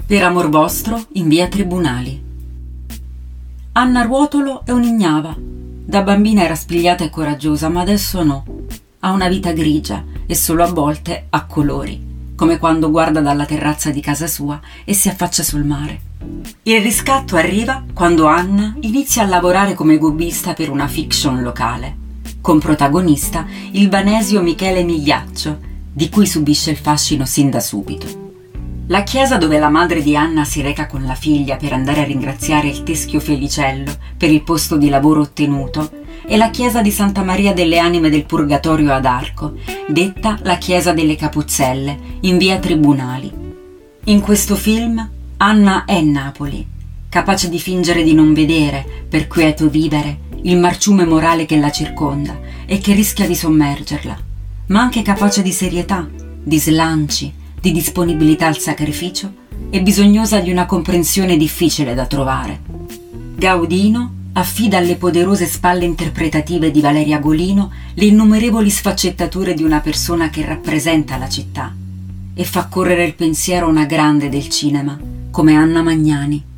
Per amor vostro, in via Tribunali. Anna Ruotolo è un'ignava. Da bambina era spigliata e coraggiosa, ma adesso no. Ha una vita grigia e solo a volte ha colori, come quando guarda dalla terrazza di casa sua e si affaccia sul mare. Il riscatto arriva quando Anna inizia a lavorare come gubbista per una fiction locale, con protagonista il vanesio Michele Migliaccio, di cui subisce il fascino sin da subito. La chiesa dove la madre di Anna si reca con la figlia per andare a ringraziare il teschio Felicello per il posto di lavoro ottenuto è la chiesa di Santa Maria delle Anime del Purgatorio ad Arco, detta la chiesa delle Capuzzelle, in via Tribunali. In questo film Anna è Napoli, capace di fingere di non vedere, per quieto vivere, il marciume morale che la circonda e che rischia di sommergerla, ma anche capace di serietà, di slanci, di disponibilità al sacrificio e bisognosa di una comprensione difficile da trovare. Gaudino affida alle poderose spalle interpretative di Valeria Golino le innumerevoli sfaccettature di una persona che rappresenta la città e fa correre il pensiero a una grande del cinema come Anna Magnani.